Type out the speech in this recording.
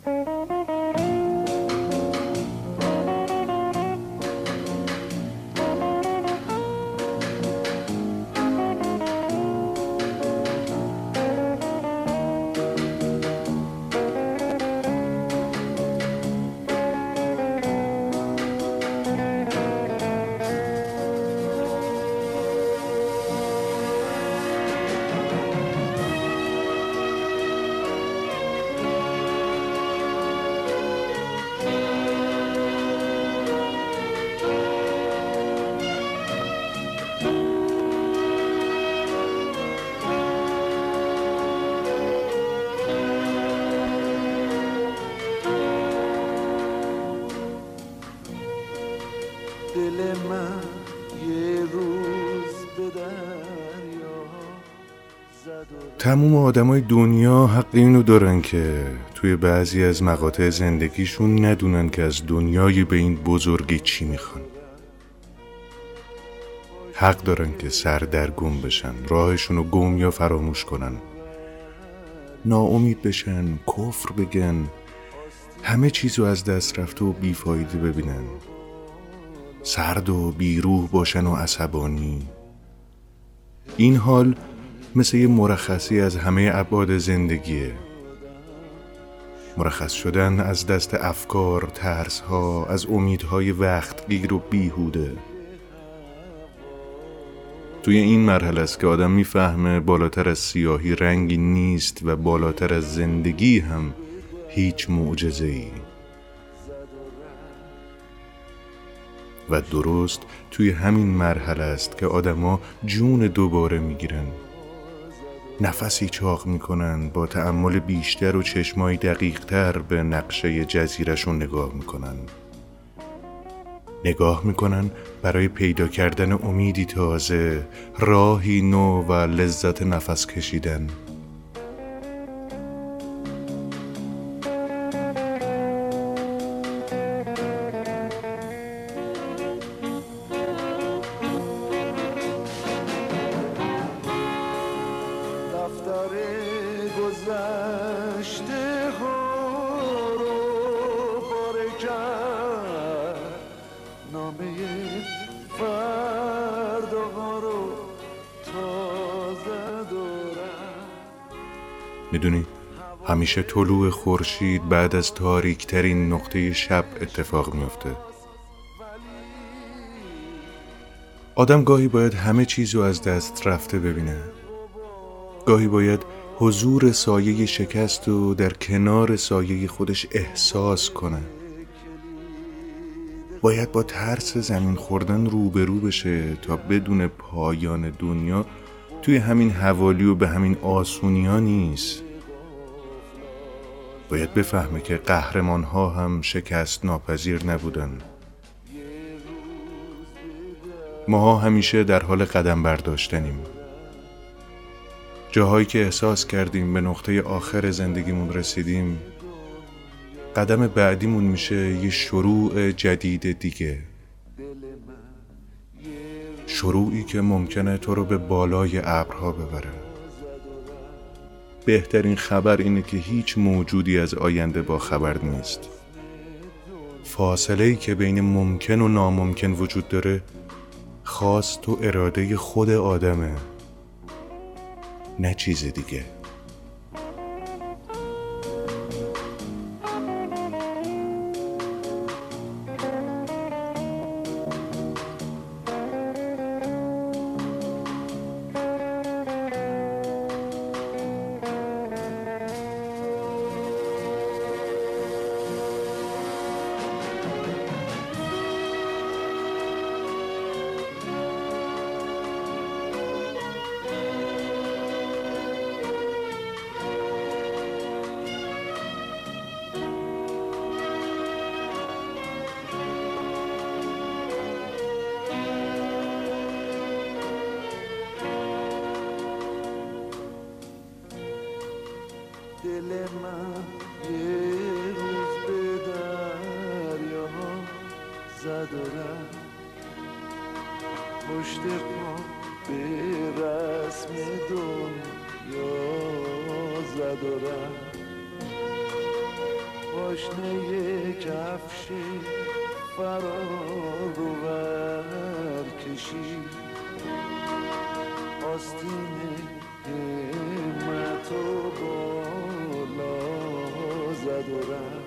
دل من یه روز به دریا زد و تموم آدمای دنیا حق اینو دارن که توی بعضی از مقاطع زندگیشون ندونن که از دنیای به این بزرگی چی میخوان. حق دارن که سردرگم بشن، راهشونو گم یا فراموش کنن، ناامید بشن، کفر بگن، همه چیزو از دست رفته و بیفایده ببینن، سرد و بیروح باشن و عصبانی. این حال مثل یه مرخصی از همه ابعاد زندگیه. مرخص شدن از دست افکار، ترس‌ها، از امیدهای وقتگیر و بیهوده. توی این مرحله است که آدم میفهمه بالاتر از سیاهی رنگی نیست و بالاتر از زندگی هم هیچ معجزه‌ای. و درست توی همین مرحله است که آدما جون دوباره میگیرن، نفسی چاق میکنن، با تأمل بیشتر و چشمای دقیق‌تر به نقشه جزیره‌شون نگاه میکنن برای پیدا کردن امیدی تازه، راهی نو و لذت نفس کشیدن. دفتر گذشته ها رو پاره کرد، نامه فردا ها رو تازه دارم. میدونی همیشه طلوع خورشید بعد از تاریک ترین نقطه شب اتفاق میفته. آدم گاهی باید همه چیزو از دست رفته ببینه، گاهی باید حضور سایه شکست و در کنار سایه خودش احساس کنه. باید با ترس زمین خوردن روبرو بشه تا بدون پایان دنیا توی همین حوالی و به همین آسونی ها نیست. باید بفهمه که قهرمان ها هم شکست ناپذیر نبودن. ماها همیشه در حال قدم برداشتنیم. جاهایی که احساس کردیم به نقطه آخر زندگیمون رسیدیم، قدم بعدیمون میشه یه شروع جدید دیگه، شروعی که ممکنه تو رو به بالای ابرها ببره. بهترین خبر اینه که هیچ موجودی از آینده با خبر نیست. فاصله‌ای که بین ممکن و ناممکن وجود داره خواست و اراده خود آدمه، نه چیز دیگه. دل من یه روز به دریا زد و رفت، پشت پا به رسم دنیا زد و رفت. پاشنه کفش فرار رو ور کشید آستین همت و بالا زد و رفت